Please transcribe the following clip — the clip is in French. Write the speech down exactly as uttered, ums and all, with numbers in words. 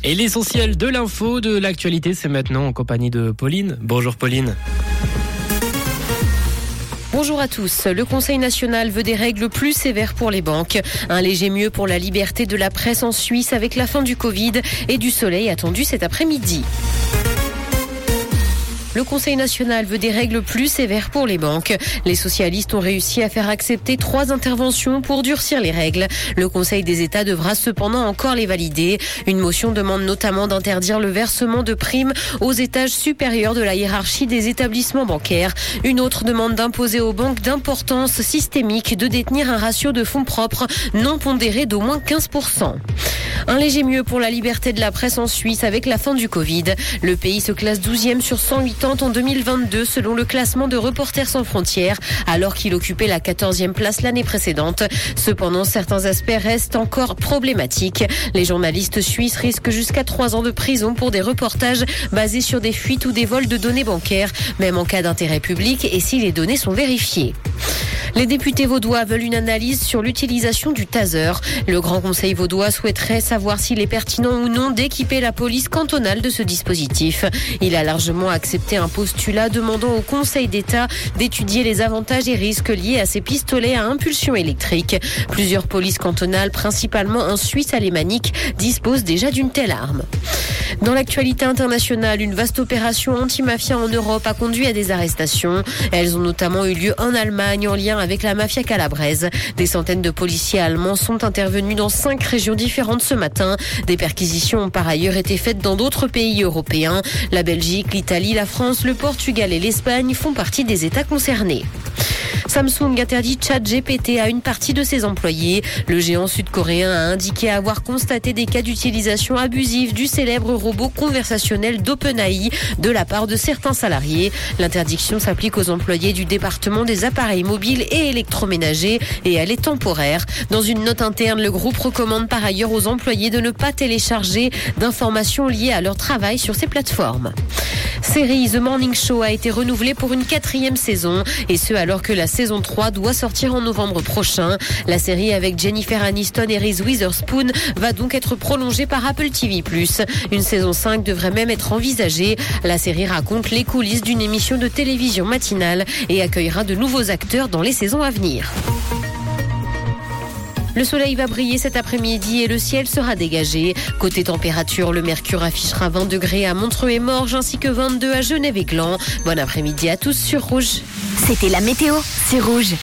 Et l'essentiel de l'info, de l'actualité, c'est maintenant en compagnie de Pauline. Bonjour Pauline. Bonjour à tous. Le Conseil national veut des règles plus sévères pour les banques. Un léger mieux pour la liberté de la presse en Suisse avec la fin du Covid et du soleil attendu cet après-midi. Le Conseil national veut des règles plus sévères pour les banques. Les socialistes ont réussi à faire accepter trois interventions pour durcir les règles. Le Conseil des États devra cependant encore les valider. Une motion demande notamment d'interdire le versement de primes aux étages supérieurs de la hiérarchie des établissements bancaires. Une autre demande d'imposer aux banques d'importance systémique de détenir un ratio de fonds propres non pondéré d'au moins quinze pour cent. Un léger mieux pour la liberté de la presse en Suisse avec la fin du Covid. Le pays se classe douzième sur cent quatre-vingt-dix en deux mille vingt-deux selon le classement de Reporters sans frontières, alors qu'il occupait la quatorzième place l'année précédente. Cependant, certains aspects restent encore problématiques. Les journalistes suisses risquent jusqu'à trois ans de prison pour des reportages basés sur des fuites ou des vols de données bancaires, même en cas d'intérêt public et si les données sont vérifiées. Les députés vaudois veulent une analyse sur l'utilisation du taser. Le Grand Conseil vaudois souhaiterait savoir s'il est pertinent ou non d'équiper la police cantonale de ce dispositif. Il a largement accepté un postulat demandant au Conseil d'État d'étudier les avantages et risques liés à ces pistolets à impulsion électrique. Plusieurs polices cantonales, principalement en Suisse alémanique, disposent déjà d'une telle arme. Dans l'actualité internationale, une vaste opération anti-mafia en Europe a conduit à des arrestations. Elles ont notamment eu lieu en Allemagne en lien avec la mafia calabraise. Des centaines de policiers allemands sont intervenus dans cinq régions différentes ce matin. Des perquisitions ont par ailleurs été faites dans d'autres pays européens. La Belgique, l'Italie, la France, le Portugal et l'Espagne font partie des États concernés. Samsung interdit ChatGPT à une partie de ses employés. Le géant sud-coréen a indiqué avoir constaté des cas d'utilisation abusive du célèbre robot conversationnel d'OpenAI de la part de certains salariés. L'interdiction s'applique aux employés du département des appareils mobiles et électroménagers et elle est temporaire. Dans une note interne, le groupe recommande par ailleurs aux employés de ne pas télécharger d'informations liées à leur travail sur ces plateformes. Série The Morning Show a été renouvelée pour une quatrième saison et ce alors que la saison trois doit sortir en novembre prochain. La série avec Jennifer Aniston et Reese Witherspoon va donc être prolongée par Apple T V plus. Une saison cinq devrait même être envisagée. La série raconte les coulisses d'une émission de télévision matinale et accueillera de nouveaux acteurs dans les saisons à venir. Le soleil va briller cet après-midi et le ciel sera dégagé. Côté température, le mercure affichera vingt degrés à Montreux et Morges ainsi que vingt-deux à Genève et Gland. Bon après-midi à tous sur Rouge. C'était la météo, c'est Rouge.